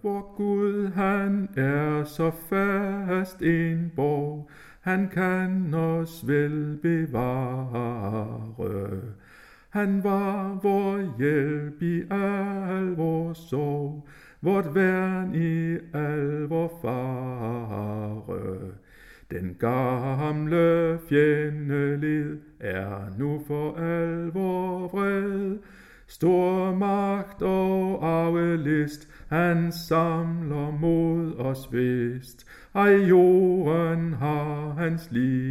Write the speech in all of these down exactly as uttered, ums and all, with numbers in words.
hvor Gud han er så fast en borg, han kan os vel bevare. Han var vor hjælp i al vor sorg, vort værn i al vor fare. Den gamle fjendeled er nu for alvor vred. Stor magt og arvelist, han samler mod os vist. Ej, jorden har hans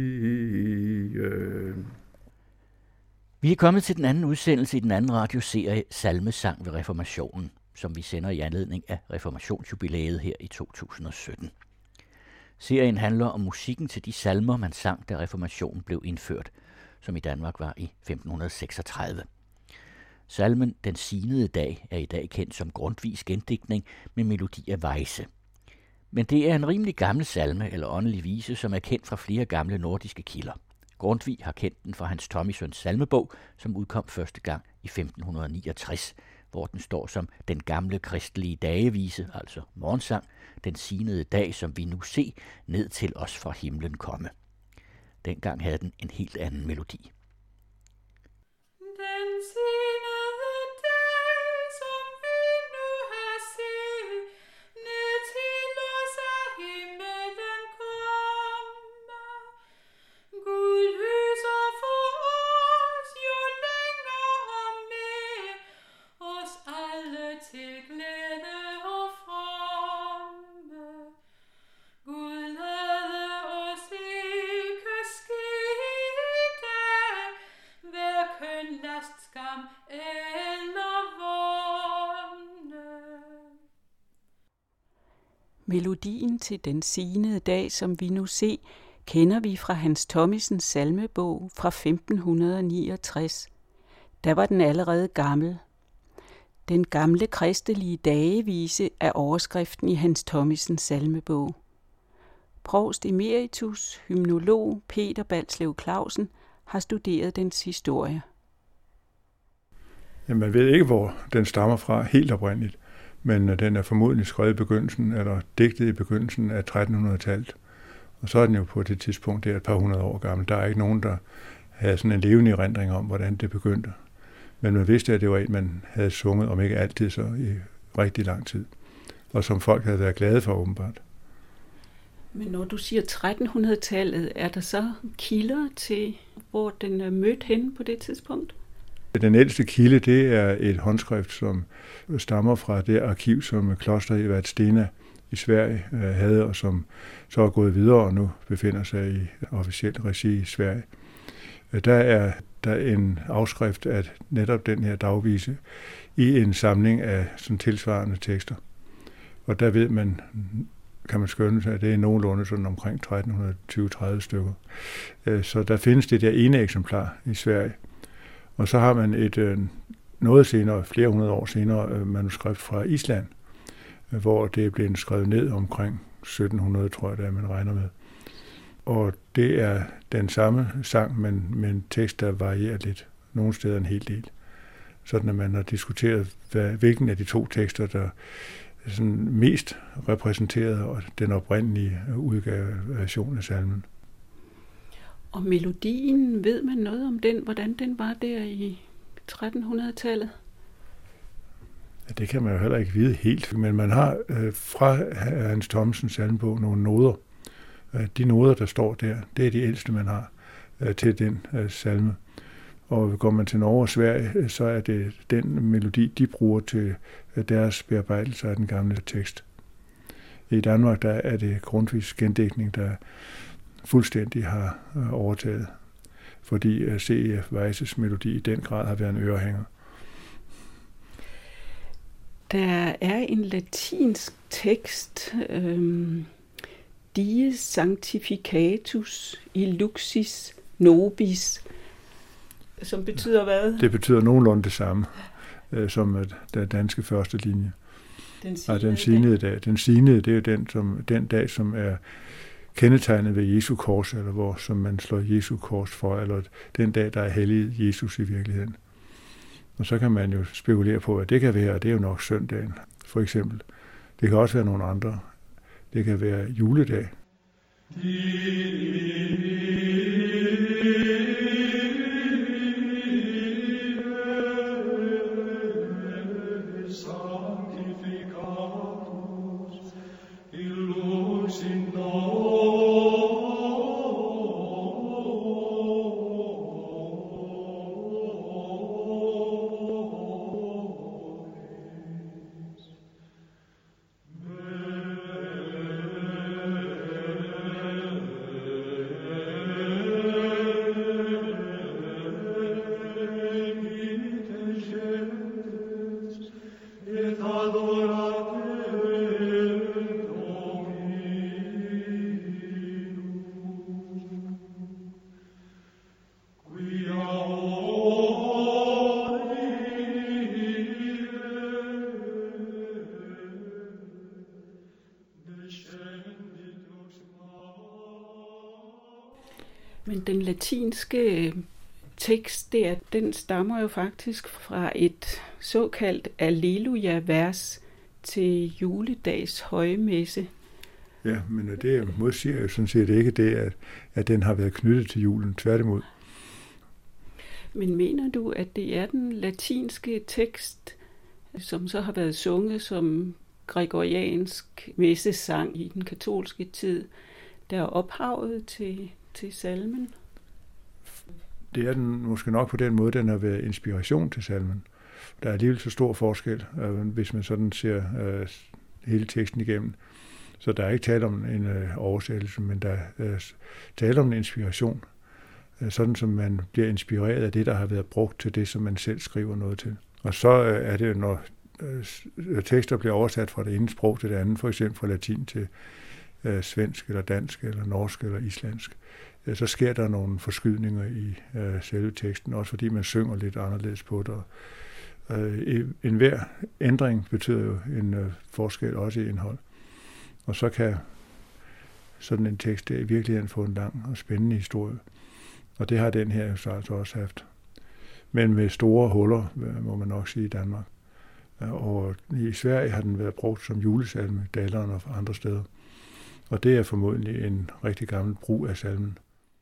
lige. Vi er kommet til den anden udsendelse i den anden radioserie Salmesang ved Reformationen, som vi sender i anledning af reformationsjubilæet her i to tusind og sytten. Serien handler om musikken til de salmer, man sang, da reformationen blev indført, som i Danmark var i femten seksogtredive. Salmen Den Signede Dag er i dag kendt som Grundtvigs gendigtning med melodi af Weyse. Men det er en rimelig gammel salme eller åndelig vise, som er kendt fra flere gamle nordiske kilder. Grundtvig har kendt den fra Hans Thomissøns salmebog, som udkom første gang i femten niogtres, hvor den står som den gamle kristelige dagevise, altså morgensang, den signede dag, som vi nu ser, ned til os fra himlen komme. Dengang havde den en helt anden melodi. Den signede dag, som vi nu har set, ned til os af himmelen komme. Gud lyser for os jo længere og mere, os alle til glæde og fromme. Gud lade os ikke ske i dag, hverken last, skam eller vonde. Melodien til Den Signede Dag, som vi nu ser, kender vi fra Hans Thomissens salmebog fra femten niogtres. Der var den allerede gammel. Den gamle kristelige dagevise er overskriften i Hans Thomissens salmebog. Provst emeritus, hymnolog Peter Balslev Clausen har studeret dens historie. Ja, man ved ikke, hvor den stammer fra helt oprindeligt, men den er formodentlig skrevet i begyndelsen, eller digtet i begyndelsen af trettenhundredetallet. Og så er den jo på det tidspunkt, det er et par hundrede år gammel. Der er ikke nogen, der havde sådan en levende erindring om, hvordan det begyndte. Men man vidste, at det var en, man havde sunget, om ikke altid, så i rigtig lang tid. Og som folk havde været glade for, åbenbart. Men når du siger trettenhundredetallet, er der så kilder til, hvor den er mødt hen på det tidspunkt? Den ældste kilde, det er et håndskrift, som stammer fra det arkiv, som klosteret i Vadstena i Sverige havde, og som så er gået videre og nu befinder sig i officielt regi i Sverige. Der er der en afskrift af netop den her dagvise i en samling af sådan tilsvarende tekster. Og der ved man, kan man skønne sig, at det er nogenlunde sådan omkring tretten tyve til tredive stykker. Så der findes det der ene eksemplar i Sverige. Og så har man et noget senere, flere hundrede år senere, manuskript fra Island, hvor det er blevet skrevet ned omkring sytten hundrede, tror jeg, der man regner med. Og det er den samme sang, men med en tekst, der varierer lidt. Nogle steder en hel del. Sådan at man har diskuteret, hvad, hvilken af de to tekster, der er sådan mest repræsenteret, og den oprindelige udgave version af salmen. Og melodien, ved man noget om den, hvordan den var der i trettenhundredetallet? Ja, det kan man jo heller ikke vide helt, men man har øh, fra Hans Thomissens salmebog nogle noder. Øh, de noder, der står der, det er de ældste, man har øh, til den øh, salme. Og går man til Norge og Sverige, så er det den melodi, de bruger til øh, deres bearbejdelse af den gamle tekst. I Danmark der er det Grundtvigs gendigtning, der fuldstændig har øh, overtaget, fordi øh, C E F Weyses melodi i den grad har været en ørehænger. Der er en latinsk tekst, øhm, Die sanctificatus illuxis nobis, som betyder hvad? Det betyder nogenlunde det samme, øh, som den danske første linje. Den signede, den signede dag. dag. Den signede, det er jo den, som, den dag, som er kendetegnet ved Jesu kors, eller hvor som man slår Jesu kors for, eller den dag, der er helliget Jesus i virkeligheden. Og så kan man jo spekulere på, hvad det kan være, og det er jo nok søndagen, for eksempel, Det kan også være nogle andre. Det kan være juledag. Men den latinske tekst der, den stammer jo faktisk fra et såkaldt Alleluja-vers til juledags højmesse. Ja, men det modsiger jo sådan set ikke det, at, at den har været knyttet til julen, tværtimod. Men mener du, at det er den latinske tekst, som så har været sunget som gregoriansk messesang i den katolske tid, der er ophavet til, til salmen? Det er den måske nok på den måde, den har været inspiration til salmen. Der er alligevel så stor forskel, hvis man sådan ser uh, hele teksten igennem. Så der er ikke tale om en uh, oversættelse, men der er uh, tale om en inspiration. Uh, sådan som man bliver inspireret af det, der har været brugt til det, som man selv skriver noget til. Og så uh, er det, når uh, tekster bliver oversat fra det ene sprog til det andet, for eksempel fra latin til uh, svensk eller dansk eller norsk eller islandsk, uh, så sker der nogle forskydninger i uh, selve teksten, også fordi man synger lidt anderledes på det. Uh, en hver ændring betyder jo en uh, forskel også i indhold. Og så kan sådan en tekst i virkeligheden få en lang og spændende historie. Og det har den her jo så altså også haft. Men med store huller, må man nok sige, i Danmark. Og i Sverige har den været brugt som julesalme i Daleren og andre steder. Og det er formodentlig en rigtig gammel brug af salmen.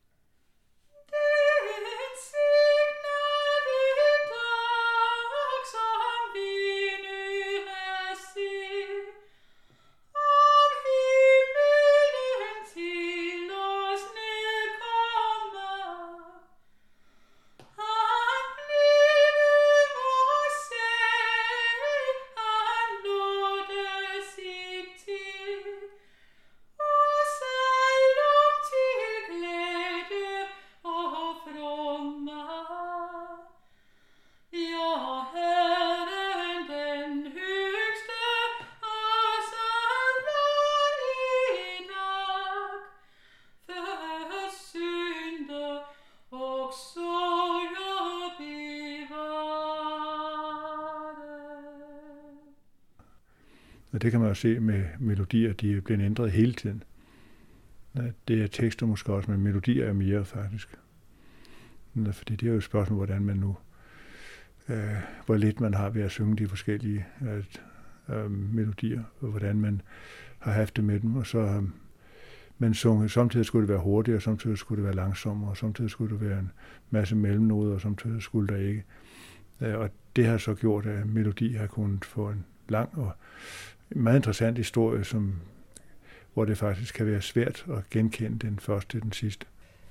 Og det kan man jo se med melodier, de er blevet ændret hele tiden. Det er tekster måske også, men melodier er mere faktisk. Fordi det er jo et spørgsmål, hvordan man nu, øh, hvor lidt man har ved at synge de forskellige øh, melodier, og hvordan man har haft det med dem. Og så øh, man sunget, samtidig skulle det være hurtigere, samtidig skulle det være langsommere, og samtidig skulle det være en masse mellemnoder, og samtidig skulle der ikke. Øh, og det har så gjort, at melodi har kunnet få en lang og meget interessant historie, som, hvor det faktisk kan være svært at genkende den første til den sidste.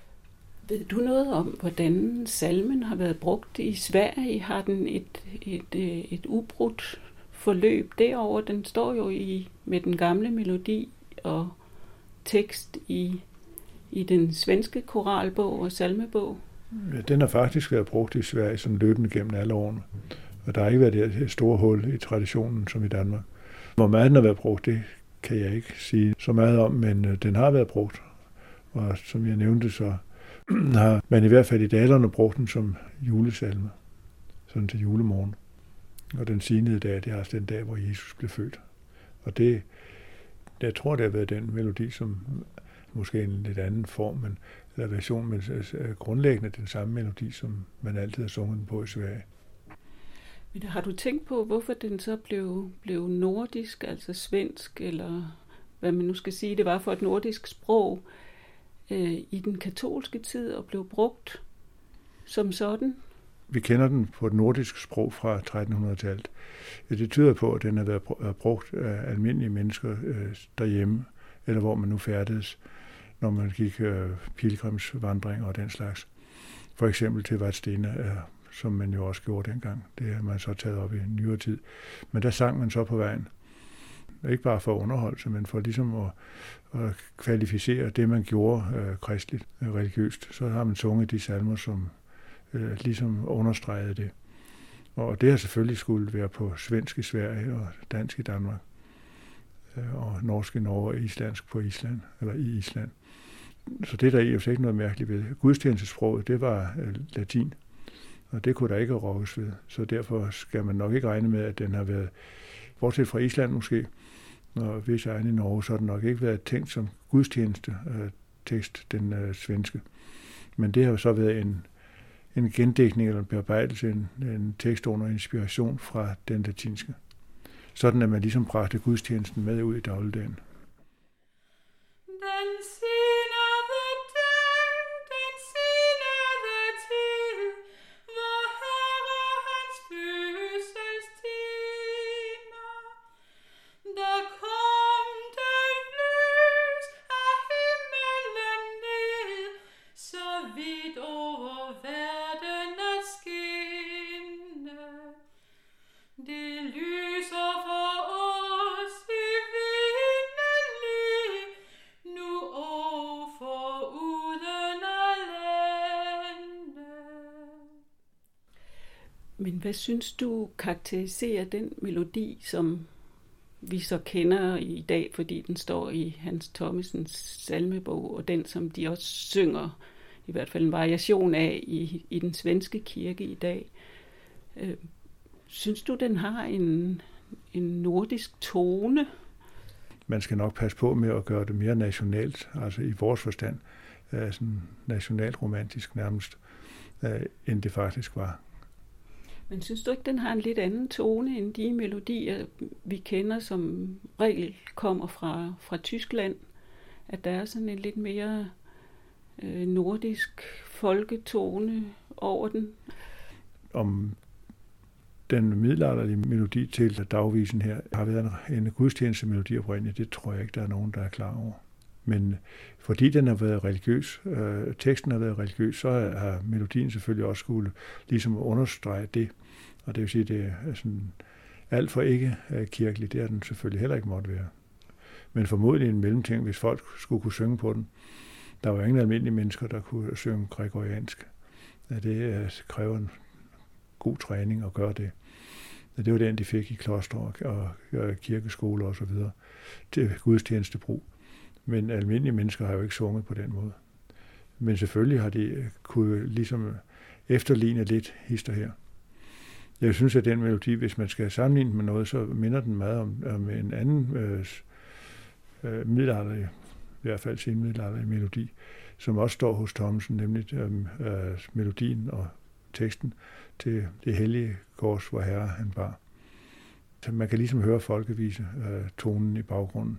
Ved du noget om, hvordan salmen har været brugt i Sverige? Har den et, et, et, et ubrudt forløb derovre? Den står jo i, med den gamle melodi og tekst i, i den svenske koralbog og salmebog. Ja, den har faktisk været brugt i Sverige sådan løbende gennem alle årene. Og der har ikke været det store hul i traditionen som i Danmark. Hvor meget den har været brugt, det kan jeg ikke sige så meget om, men den har været brugt. Og som jeg nævnte, så har man i hvert fald i Dalerne brugt den som julesalme, sådan til julemorgen. Og den signede dag, det er altså den dag, hvor Jesus blev født. Og det, jeg tror, det har været den melodi, som måske en lidt anden form, men, eller version, men grundlæggende den samme melodi, som man altid har sunget den på i Sverige. Men har du tænkt på, hvorfor den så blev, blev nordisk, altså svensk, eller hvad man nu skal sige, det var for et nordisk sprog øh, i den katolske tid og blev brugt som sådan? Vi kender den på et nordisk sprog fra trettenhundredetallet. Det tyder på, at den har været brugt af almindelige mennesker derhjemme, eller hvor man nu færdedes, når man gik pilgrimsvandring og den slags. For eksempel til Vadstena, som man jo også gjorde dengang. Det har man så taget op i nyere tid. Men der sang man så på vejen. Ikke bare for underholdelse, men for ligesom at, at kvalificere det, man gjorde øh, kristligt, øh, religiøst. Så har man sunget de salmer, som øh, ligesom understregede det. Og det har selvfølgelig skulle være på svensk i Sverige og dansk i Danmark. Øh, og norsk i Norge og islandsk på Island, eller i Island. Så det der er jo ikke noget mærkeligt ved. Gudstjenestesproget, det var øh, latin. Og det kunne der ikke rokkes ved. Så derfor skal man nok ikke regne med, at den har været, bortset fra Island måske, og hvis jeg er i Norge, så har den nok ikke været tænkt som gudstjeneste øh, tekst, den øh, svenske. Men det har jo så været en, en gendækning eller en bearbejdelse, en, en tekst under inspiration fra den latinske. Sådan at man ligesom bragte gudstjenesten med ud i dagligdagen. Den senere dag, den senere tid, hvor Herre hans fødselstime, der kom der lys af himmelen ned, så vidt over verden at skinne. Det lyser for os evindelig, nu og foruden alene. Men hvad synes du karakteriserer den melodi, som vi så kender i dag, fordi den står i Hans Thomissens salmebog, og den, som de også synger, i hvert fald en variation af i, i den svenske kirke i dag. Øh, synes du, den har en, en nordisk tone? Man skal nok passe på med at gøre det mere nationalt, altså i vores forstand, sådan nationalt romantisk nærmest, end det faktisk var. Men synes du ikke, den har en lidt anden tone end de melodier, vi kender, som regel kommer fra, fra Tyskland? At der er sådan en lidt mere øh, nordisk folketone over den? Om den middelalderlige melodi til dagvisen her har været en gudstjenestemelodi oprindeligt, det tror jeg ikke, der er nogen, der er klar over. Men fordi den har været religiøs, øh, teksten har været religiøs, så har melodien selvfølgelig også skulle ligesom understrege det. Og det vil sige, det er sådan alt for ikke kirkeligt, det er den selvfølgelig heller ikke måtte være. Men formodentlig en mellemting, hvis folk skulle kunne synge på den. Der var jo ingen almindelige mennesker, der kunne synge gregoriansk. Det kræver en god træning at gøre det. Det var den, de fik i kloster og kirkeskoler og så videre til gudstjenestebrug. Men almindelige mennesker har jo ikke sunget på den måde. Men selvfølgelig har de kunne ligesom efterligne lidt hister her. Jeg synes, at den melodi, hvis man skal sammenligne med noget, så minder den meget om, om en anden øh, øh, middelalderlig, i hvert fald sin middelalderlig melodi, som også står hos Thomsen, nemlig øh, øh, melodien og teksten til det hellige kors, hvor Herre han bar. Så man kan ligesom høre folkevise øh, tonen i baggrunden.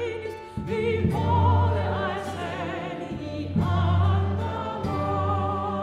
Vi må det ej selv i andre år.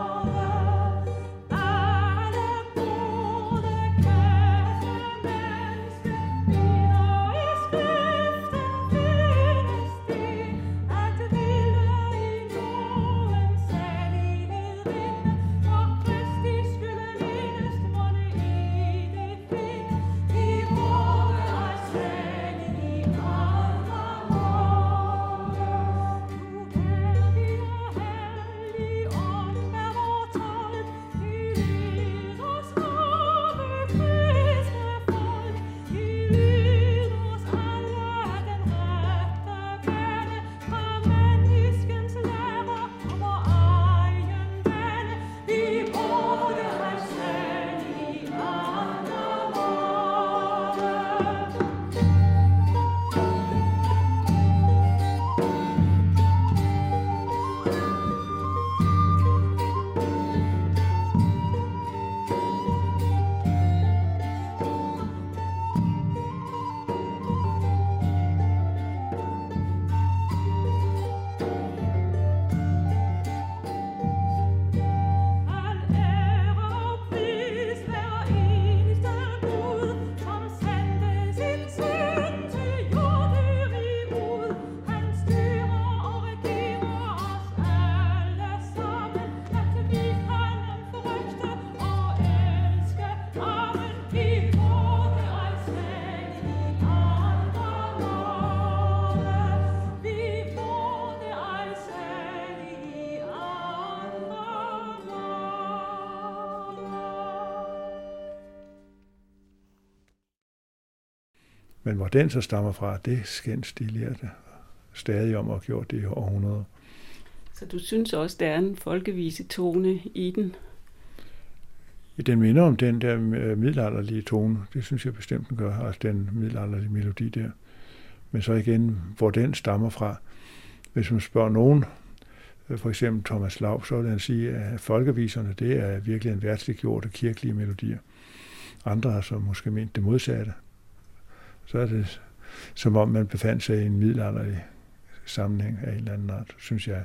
Men hvor den så stammer fra, det skændes de lærte stadig om og har gjort det i århundreder. Så du synes også, der er en folkevise tone i den? Den minder om den der middelalderlige tone. Det synes jeg bestemt, den gør, altså den middelalderlige melodi der. Men så igen, hvor den stammer fra. Hvis man spørger nogen, for eksempel Thomas Laub, så vil han sige, at folkeviserne, det er virkelig en værtsliggjorte kirkelige melodier. Andre har så måske ment det modsatte. Så er det som om man befandt sig i en middelalderlig sammenhæng af en eller anden art, synes jeg.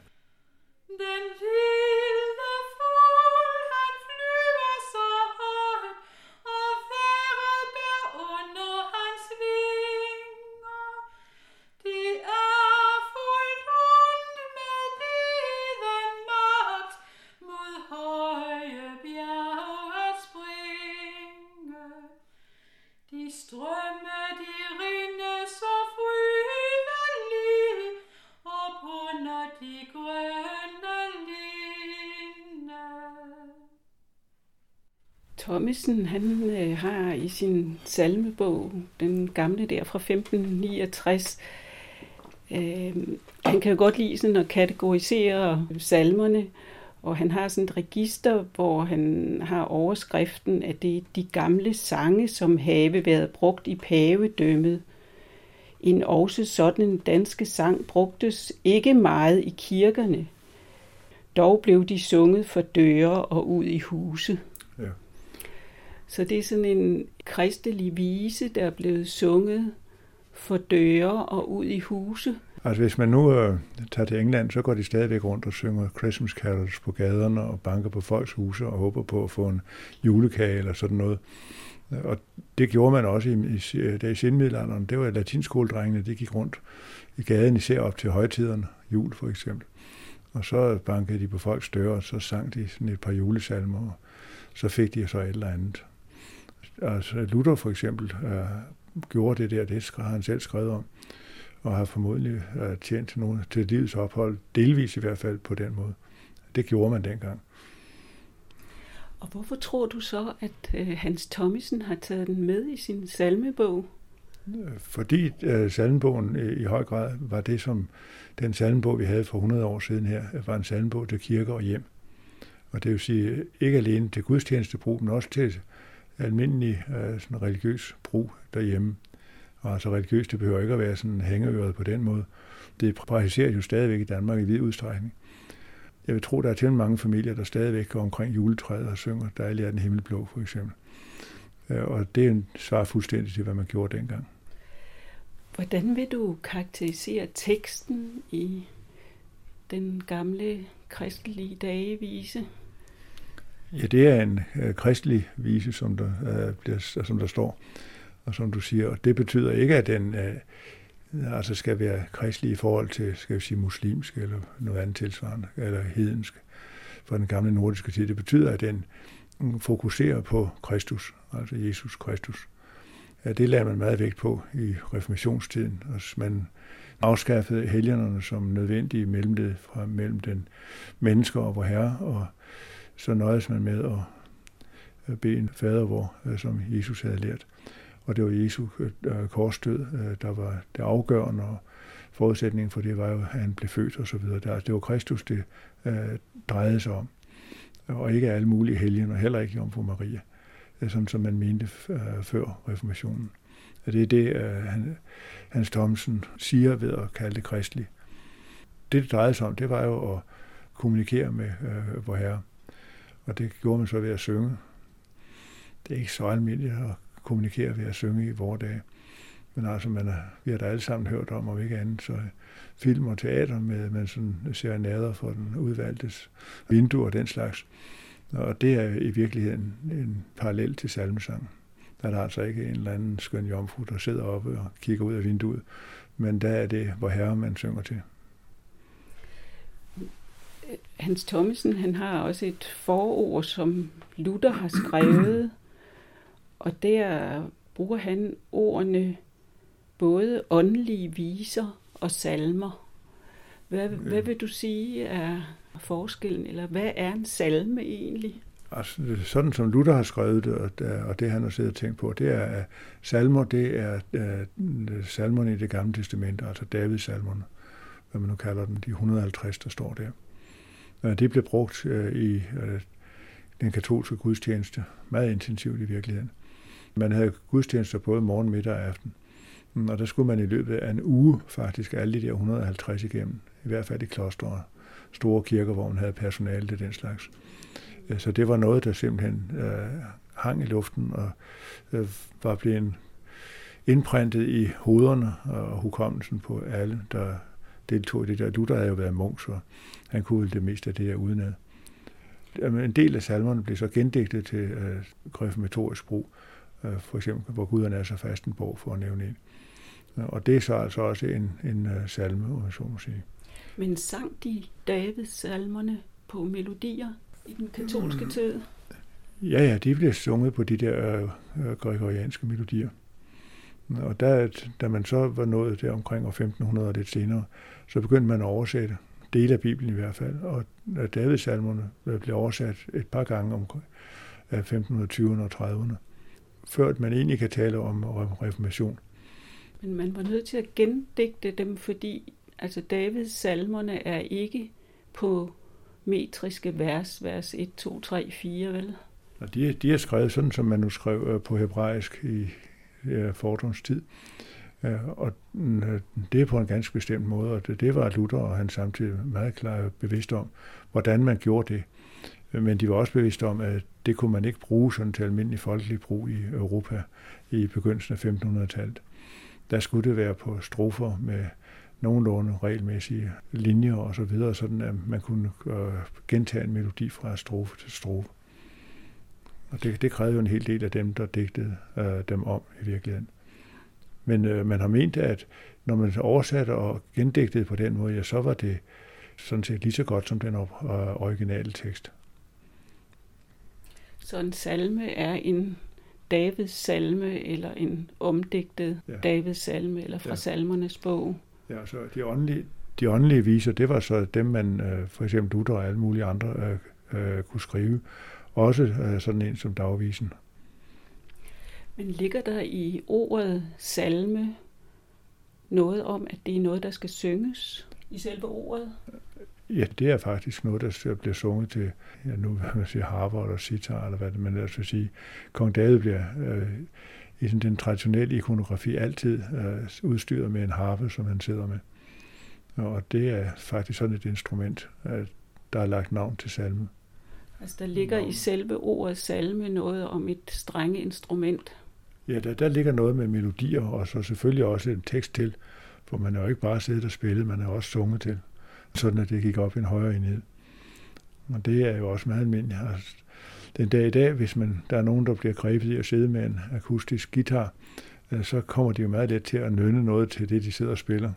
Thomesen, han øh, har i sin salmebog, den gamle der fra femten niogtres, øh, han kan jo godt lide sådan at kategorisere salmerne, og han har sådan et register, hvor han har overskriften, at det er de gamle sange, som have været brugt i pavedømmet. En også sådan en danske sang brugtes ikke meget i kirkerne. Dog blev de sunget for døre og ud i huse. Ja. Så det er sådan en kristelig vise, der er blevet sunget for døre og ud i huse. Altså hvis man nu øh, tager til England, så går de stadigvæk rundt og synger Christmas carols på gaderne og banker på folks huse og håber på at få en julekage eller sådan noget. Og det gjorde man også i, i, i senmiddelalderen. Det var latinskoledrengene, de gik rundt i gaden, især op til højtiderne, jul for eksempel. Og så bankede de på folks døre, og så sang de sådan et par julesalmer, og så fik de så et eller andet. Altså Luther for eksempel øh, gjorde det der, det har han selv skrevet om, og har formodentlig øh, tjent til, nogen, til livets ophold, delvis i hvert fald på den måde. Det gjorde man dengang. Og hvorfor tror du så, at øh, Hans Thomisen har taget den med i sin salmebog? Fordi øh, salmebogen øh, i høj grad var det, som den salmebog, vi havde for hundrede år siden her, var en salmebog til kirker og hjem. Og det vil sige, ikke alene til gudstjenestebrug, men også til almindelig øh, sådan religiøs brug derhjemme. Og altså religiøst, det behøver ikke at være sådan hængeøret på den måde. Det praktiseres jo stadigvæk i Danmark i vid udstrækning. Jeg vil tro, der er til mange familier, der stadigvæk går omkring juletræet og synger Dejlig er den himmelblå, for eksempel. Og det er en svar fuldstændig til, hvad man gjorde dengang. Hvordan vil du karakterisere teksten i den gamle kristelige dagevise? Ja, det er en øh, kristelig vise, som der, øh, bliver, som der står, og som du siger. Og det betyder ikke, at den øh, altså skal være kristelig i forhold til, skal vi sige, muslimsk eller noget andet tilsvarende, eller hedensk fra den gamle nordiske tid. Det betyder, at den fokuserer på Kristus, altså Jesus Kristus. Ja, det lagde man meget vægt på i reformationstiden, og man afskaffede helgenerne som nødvendige mellemled fra mellem den mennesker og vor Herre, og så nøjedes man med at bede en fader vor, som Jesus havde lært. Og det var Jesu korsdød, der var det afgørende, og forudsætningen for det var jo, at han blev født og så videre. Det var Kristus, det drejede sig om, og ikke alle mulige helgener, heller ikke Jomfru Maria, sådan som man mente før reformationen. Det er det, Hans Thomsen siger ved at kalde det kristelig. Det, det drejede sig om, det var jo at kommunikere med øh, vor Herre. Og det gjorde man så ved at synge. Det er ikke så almindeligt at kommunikere ved at synge i vore dage. Men altså, man er, vi har da alle sammen hørt om, om ikke andet, så film og teater med man sådan serenader for den udvalgtes vinduer og den slags. Og det er i virkeligheden en parallel til salmesang. Der er der altså ikke en eller anden skøn jomfru, der sidder oppe og kigger ud af vinduet. Men der er det, hvor Herre man synger til. Hans Thomisen, han har også et forord, som Luther har skrevet, og der bruger han ordene både åndelige viser og salmer. Hvad, ja. hvad vil du sige er forskellen, eller hvad er en salme egentlig? Altså, sådan som Luther har skrevet det, og, og det han har siddet og tænkt på, det er, at salmer, det er uh, salmerne i Det Gamle Testamente, altså Davids salmerne, hvad man nu kalder dem, de et hundrede og halvtreds, der står der. Uh, det blev brugt uh, i uh, den katolske gudstjeneste, meget intensivt i virkeligheden. Man havde gudstjenester både morgen, middag og aften, og der skulle man i løbet af en uge faktisk alle de der et hundrede og halvtreds igennem, i hvert fald i klostre, store kirker, hvor man havde personale til den slags. Så det var noget, der simpelthen øh, hang i luften og øh, var blevet indprintet i hovederne og hukommelsen på alle, der deltog i det der. Luther havde jo været munk, så han kunne vel det meste af det her udenad. En del af salmerne blev så gendigtet til øh, reformatorisk brug, øh, for eksempel, hvor Guderne er så fastenborg, for at nævne en. Og det er så altså også en, en uh, salme, om jeg så må sige. Men sang de Davids salmerne på melodier i den katolske tid? Ja, ja, de blev sunget på de der øh, gregorianske melodier. Og der, da man så var nået der omkring år femten hundrede og lidt senere, så begyndte man at oversætte dele af Bibelen i hvert fald. Og Davids salmerne blev oversat et par gange om femten tyverne og trediverne, før man egentlig kan tale om reformation. Men man var nødt til at gendigte dem, fordi altså Davids salmerne er ikke på metriske vers, vers et, to, tre, fire, vel? Og de, de er skrevet sådan, som man nu skrev på hebraisk i ja, fordums tid. Og det er på en ganske bestemt måde, og det, det var Luther og han samtidig meget klar bevidst om, hvordan man gjorde det. Men de var også bevidste om, at det kunne man ikke bruge sådan til almindelig folkelig brug i Europa i begyndelsen af femtenhundredetallet. Der skulle det være på strofer med nogenlunde regelmæssige linjer og så videre, sådan at man kunne øh, gentage en melodi fra strofe til strofe. Og det, det krævede jo en hel del af dem, der digtede øh, dem om i virkeligheden. Men øh, man har ment, at når man oversatte og gendigtede på den måde, ja, så var det sådan set lige så godt som den øh, originale tekst. Så en salme er en Davids salme, eller en omdigtet ja. Davids salme, eller fra ja. Salmernes bog. Ja, så de åndelige, de åndelige viser, det var så dem, man øh, for eksempel Luther og alle mulige andre øh, øh, kunne skrive. Også øh, sådan en som dagvisen. Men ligger der i ordet salme noget om, at det er noget, der skal synges i selve ordet? Ja, det er faktisk noget, der bliver sunget til, ja, nu vil man sige harper eller sitar, eller hvad det man ellers vil sige. Kong David bliver øh, i sådan den traditionelle ikonografi altid øh, udstyret med en harpe, som han sidder med. Og det er faktisk sådan et instrument, øh, der er lagt navn til salme. Altså der ligger i selve ordet salme noget om et strengeinstrument. Ja, der, der ligger noget med melodier, og så selvfølgelig også en tekst til, for man er jo ikke bare siddet og spillet, man er også sunget til, sådan at det gik op i en højere enhed. Og det er jo også meget almindeligt. Altså, den dag i dag, hvis man, der er nogen, der bliver grebet i at sidde med en akustisk guitar, så kommer de jo meget let til at nynne noget til det, de sidder og spiller.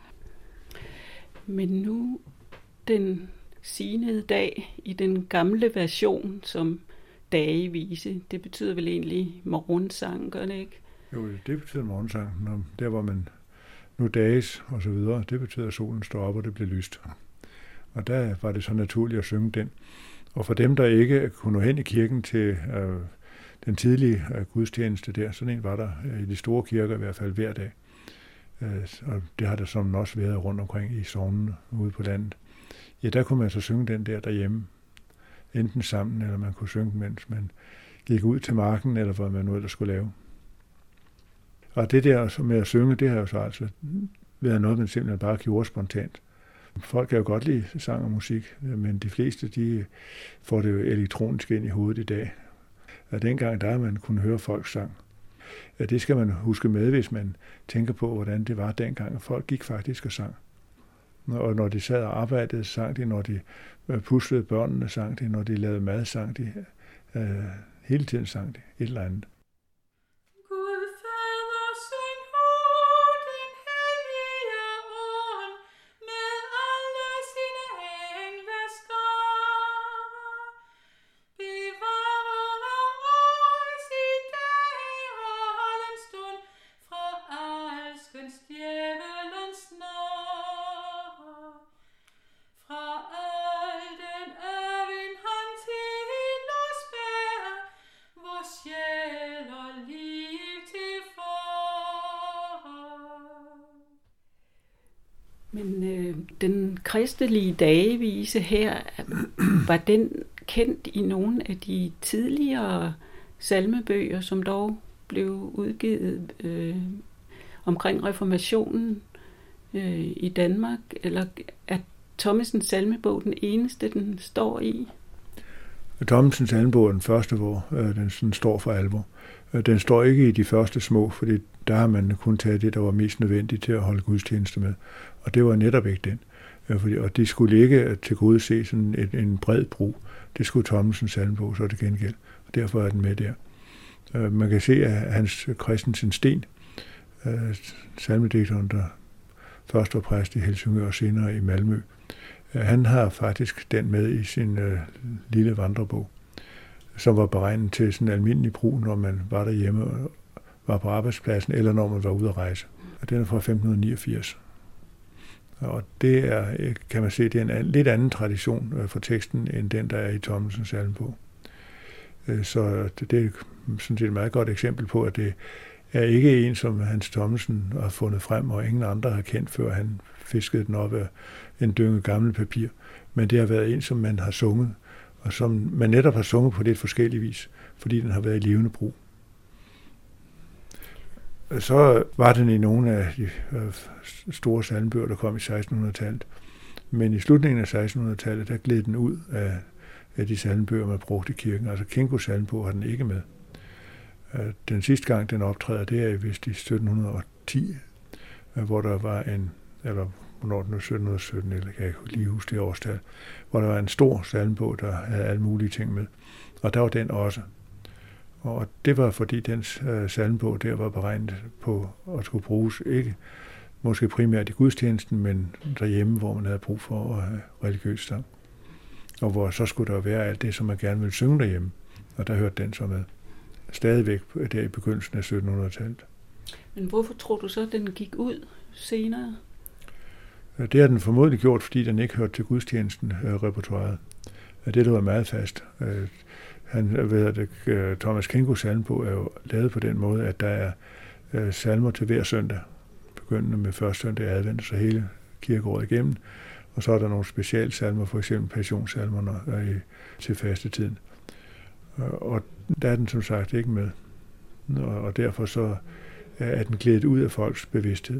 Men nu den signede dag i den gamle version, som dagevise, det betyder vel egentlig morgensang, gør det ikke? Jo, det betyder morgensang. Når der hvor man nu dages og så videre, det betyder, at solen står op, og det bliver lyst. Og der var det så naturligt at synge den. Og for dem, der ikke kunne nå hen i kirken til øh, den tidlige øh, gudstjeneste der, sådan en var der øh, i de store kirker i hvert fald hver dag. Øh, og det har der som også været rundt omkring i sognene ude på landet. Ja, der kunne man så synge den der derhjemme. Enten sammen, eller man kunne synge, mens man gik ud til marken, eller hvad man nu ellers skulle lave. Og det der med at synge, det har jo så altså været noget, man simpelthen bare gjorde spontant. Folk kan jo godt lide sang og musik, men de fleste, de får det jo elektronisk ind i hovedet i dag. Og dengang, der man kunne høre folks sang. Det skal man huske med, hvis man tænker på, hvordan det var dengang. Folk gik faktisk og sang. Og når de sad og arbejdede, sang de. Når de puslede børnene, sang de. Når de lavede mad, sang de. Uh, hele tiden sang de et eller andet. Fra al den øvin han til os Den kristelige dagevise her, var den kendt i nogle af de tidligere salmebøger, som dog blev udgivet øh, omkring reformationen øh, i Danmark, eller er Thommesens salmebog den eneste, den står i? Thommesens salmebog er den første, hvor øh, den sådan står for alvor. Den står ikke i de første små, fordi der har man kun taget det, der var mest nødvendigt til at holde gudstjeneste med. Og det var netop ikke den. Fordi, og de skulle ikke til gode se sådan en, en bred brug. Det skulle Thommesens salmebog så det gengæld. Og derfor er den med der. Man kan se, at Hans Christensen Sten, salmedigteren, der først var præst i Helsingør og senere i Malmø, han har faktisk den med i sin øh, lille vandrebog, som var beregnet til sådan en almindelig brug, når man var derhjemme og var på arbejdspladsen, eller når man var ude at rejse. Og den er fra femten niogfirs. Og det er, kan man se, det er en lidt anden tradition for teksten, end den, der er i Thommesens salmebog. Så det er sådan set et meget godt eksempel på, at det er ikke en, som Hans Thommesen har fundet frem, og ingen andre har kendt, før han fiskede den op af en dynge gammel papir. Men det har været en, som man har sunget, og som man netop har sunget på lidt forskellig vis, fordi den har været i levende brug. Så var den i nogle af de store salmebøger, der kom i sekstenhundredetallet. Men i slutningen af sekstenhundredetallet, der gled den ud af, af de salmebøger, man brugte i kirken. Altså Kinkos salmebog har den ikke med. Den sidste gang, den optræder, det er vist i sytten ti, hvor der var en, eller hvornår den er sytten sytten, eller kan jeg ikke lige huske det årstal, hvor der var en stor salmebog, der havde alle mulige ting med. Og der var den også. Og det var, fordi den øh, salmebog der var beregnet på at skulle bruges ikke måske primært i gudstjenesten, men derhjemme, hvor man havde brug for at have religiøs sang. Og hvor så skulle der være alt det, som man gerne ville synge derhjemme. Og der hørte den så med. Stadigvæk der i begyndelsen af syttenhundredetallet. Men hvorfor tror du så, at den gik ud senere? Det har den formodentlig gjort, fordi den ikke hørte til gudstjenesten øh, repertoiret. Det, der var meget fast. Øh, Han ved, at Thomas Kinkos salmebog er jo lavet på den måde, at der er øh, salmer til hver søndag, begyndende med første søndag i advent, så hele kirkeåret igennem. Og så er der nogle specialsalmer, for eksempel passionssalmerne øh, til fastetiden. Og der er den som sagt ikke med. Og derfor så er den glædet ud af folks bevidsthed.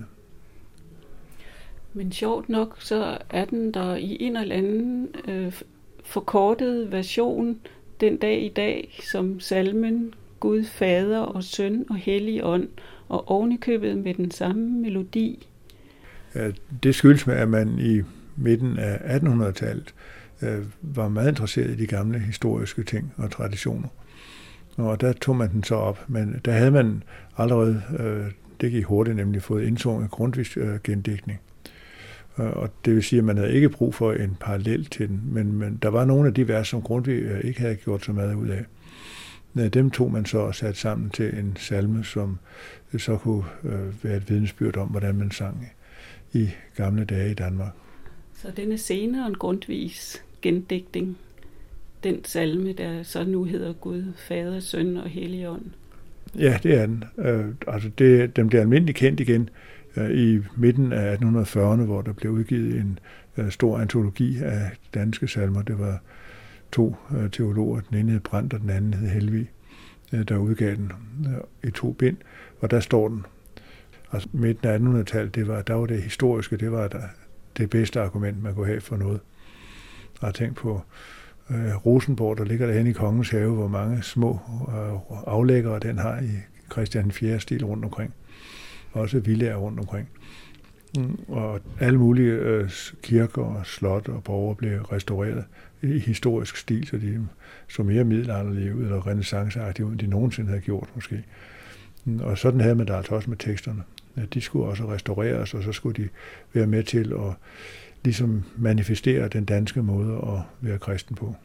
Men sjovt nok, så er den der i en eller anden øh, forkortet version den dag i dag, som salmen Gud, Fader og Søn og Hellig Ånd, og ovenikøbet med den samme melodi. Ja, det skyldes med, at man i midten af attenhundredetallet øh, var meget interesseret i de gamle historiske ting og traditioner. Og der tog man den så op, men der havde man allerede, øh, det gik hurtigt nemlig, fået indsunget Grundtvigs øh, gendækning. Og det vil sige, at man havde ikke brug for en parallel til den, men, men der var nogle af de vers, som Grundtvig ikke havde gjort så meget ud af. Dem tog man så og satte sammen til en salme, som så kunne øh, være et vidnesbyrd om, hvordan man sang i gamle dage i Danmark. Så den er senere end Grundtvigs gendigtning, den salme, der så nu hedder Gud, Fader, Søn og Helligånd? Ja, det er den. Øh, altså det, den bliver almindeligt kendt igen i midten af atten fyrrerne, hvor der blev udgivet en uh, stor antologi af danske salmer. Det var to uh, teologer, den ene hed Brandt, og den anden hed Helvig, uh, der udgav den uh, i to bind, og der står den. Altså midten af attenhundredetallet, det var, der var det historiske, det var der, det bedste argument, man kunne have for noget. Jeg har tænkt på uh, Rosenborg, der ligger derhen i Kongens Have, hvor mange små uh, aflæggere den har i Christian den fjerde stil rundt omkring. Også villaer rundt omkring. Og alle mulige øh, kirker og slot og borger blev restaureret i historisk stil, så de så mere middelalderlige ud, eller renæssanceagtige ud, end de nogensinde havde gjort måske. Og sådan havde man det altså også med teksterne. De skulle også restaureres, og så skulle de være med til at ligesom manifestere den danske måde at være kristen på.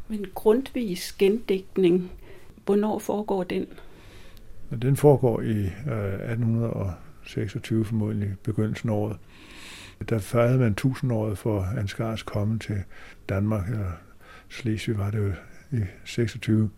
Men Grundtvigs gendigtning, hvornår foregår den? Den foregår i øh, atten seksogtyve, formodentlig begyndelsen af året. Der fejrede man tusindåret for Ansgars komme til Danmark, eller Slesvig var det jo i seksogtyve.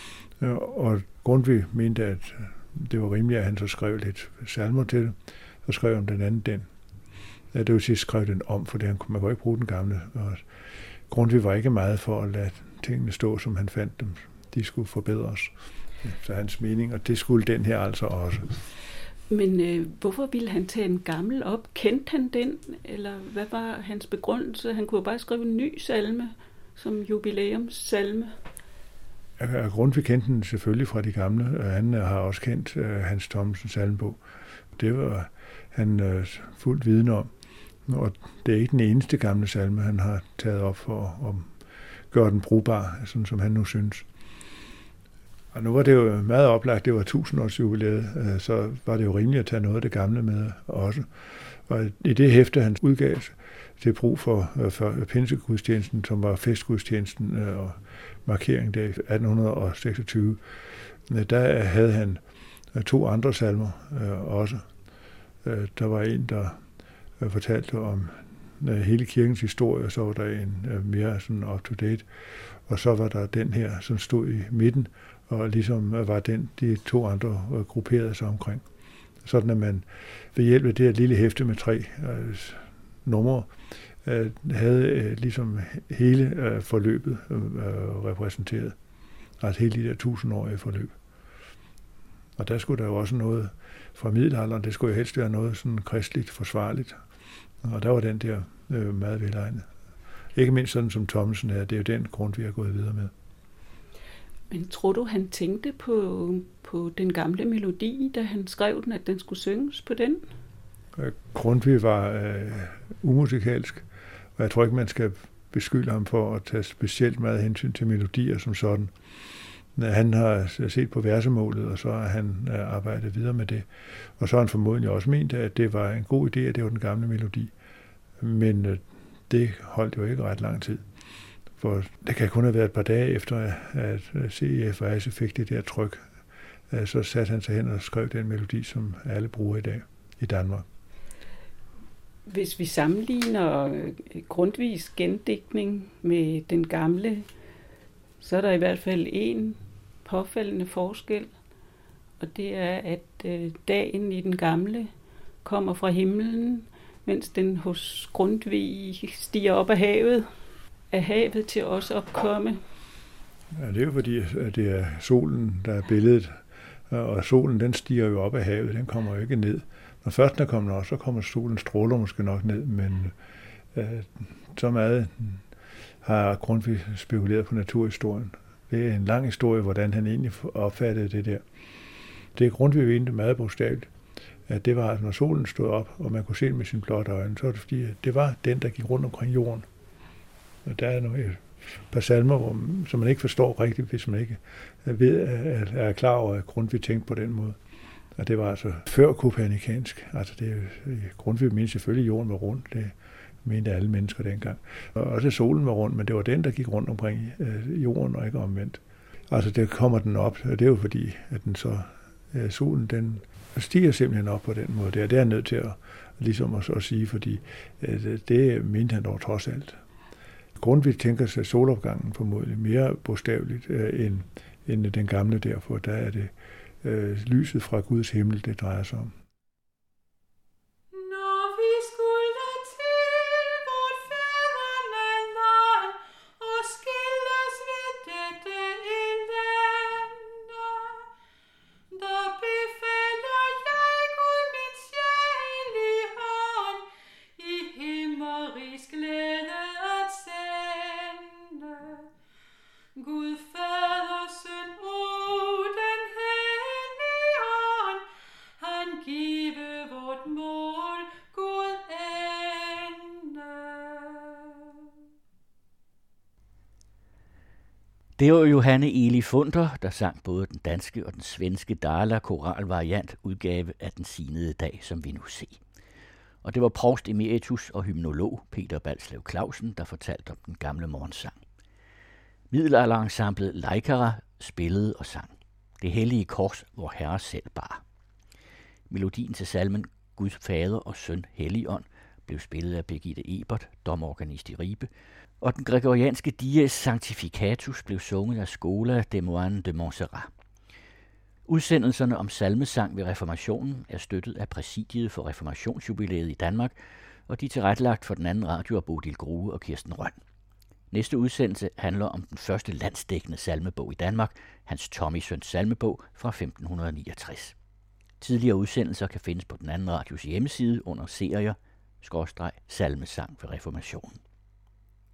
Og Grundtvig mente, at det var rimeligt, at han så skrev lidt salmer til det, og skrev om den anden den. Det vil sige, skrev den om, for det, man kunne ikke bruge den gamle. Og Grundtvig var ikke meget for at lade tingene stå, som han fandt dem. De skulle forbedres. Så hans mening, og det skulle den her altså også. Men øh, hvorfor ville han tage en gammel op? Kendte han den, eller hvad var hans begrundelse? Han kunne bare skrive en ny salme, som jubilæumssalme. Ja, Grundtvig kendte den selvfølgelig fra de gamle, og han har også kendt uh, Hans Thomsens salmebog. Det var han uh, fuldt viden om, og det er ikke den eneste gamle salme, han har taget op for at gøre den brugbar, sådan som han nu synes. Og nu var det jo meget oplagt, det var tusindårsjubilæet, så var det jo rimeligt at tage noget af det gamle med også. Og i det hæfte, han udgav til brug for, for pinsegudstjenesten, som var festgudstjenesten og markering der i atten seksogtyve, der havde han to andre salmer også. Der var en, der fortalte om hele kirkens historie, og så var der en mere sådan up-to-date, og så var der den her, som stod i midten, og ligesom var den, de to andre grupperede sig omkring. Sådan at man ved hjælp af det her lille hæfte med tre øh, numre, øh, havde øh, ligesom hele øh, forløbet øh, repræsenteret. Altså hele de der tusindårige forløb. Og der skulle der jo også noget fra middelalderen, det skulle jo helst være noget sådan kristeligt forsvarligt. Og der var den der øh, meget velegnet. Ikke mindst sådan som Thomsen er, det er jo den grund, vi har gået videre med. Men tror du, han tænkte på, på den gamle melodi, da han skrev den, at den skulle synges på den? Grundtvig var øh, umusikalsk, og jeg tror ikke, man skal beskylde ham for at tage specielt meget hensyn til melodier som sådan. Han har set på versemålet, og så har han arbejdet videre med det. Og så har han formodentlig også ment, at det var en god idé, at det var den gamle melodi. Men øh, det holdt jo ikke ret lang tid. For det kan kun have været et par dage efter, at C E F R fik det der tryk. Så satte han sig hen og skrev den melodi, som alle bruger i dag i Danmark. Hvis vi sammenligner Grundtvigs gendigtning med den gamle, så er der i hvert fald en påfaldende forskel. Og det er, at dagen i den gamle kommer fra himlen, mens den hos Grundtvig stiger op af havet. Er havet til os opkomme? Ja, det er jo fordi, at det er solen, der er billedet. Og solen, den stiger jo op af havet, den kommer jo ikke ned. Når først den kommer op, så kommer solen stråler måske nok ned, men øh, så meget har Grundtvig spekuleret på naturhistorien. Det er en lang historie, hvordan han egentlig opfattede det der. Det er Grundtvig mente meget bogstaveligt, at det var, når solen stod op, og man kunne se det med sine blotte øjne, så var det fordi, at det var den, der gik rundt omkring jorden. Og der er nogle et par salmer, hvor, som man ikke forstår rigtigt, hvis man ikke ved, er klar over, at Grundtvig tænkte på den måde. Og det var altså før kopernikansk. Altså det, Grundtvig mente selvfølgelig, at jorden var rund. Det mente alle mennesker dengang. Og også solen var rund, men det var den, der gik rundt omkring jorden og ikke omvendt. Altså det kommer den op, og det er jo fordi, at den så, solen den stiger simpelthen op på den måde. Det er, det er nødt til at, ligesom at, at sige, fordi det mente han dog trods alt. Grundtvig tænker sig solopgangen formodentlig mere bogstaveligt øh, end, end den gamle derfor. Der er det øh, lyset fra Guds himmel, det drejer sig om. Det var Johanne Eli Funder, der sang både den danske og den svenske Dala koralvariant udgave af Den Sinede Dag, som vi nu ser. Og det var provst emeritus og hymnolog Peter Balslev Clausen, der fortalte om den gamle morgensang. Middelalderensemblet Leikara spillede og sang. Det hellige kors, hvor Herre selv bar. Melodien til salmen Gud Fader og Søn Helligånd blev spillet af Birgitte Ebert, domorganist i Ribe, og den gregorianske Dies Sanctificatus blev sunget af Schola de Moines de Montserrat. Udsendelserne om salmesang ved reformationen er støttet af Præsidiet for Reformationsjubilæet i Danmark, og de er tilrettelagt for den anden radio af Bodil Grue og Kirsten Røn. Næste udsendelse handler om den første landsdækkende salmebog i Danmark, Hans Thomissøns salmebog fra femten niogtres. Tidligere udsendelser kan findes på den anden radios hjemmeside under serier, skråstreg, salmesang ved reformationen.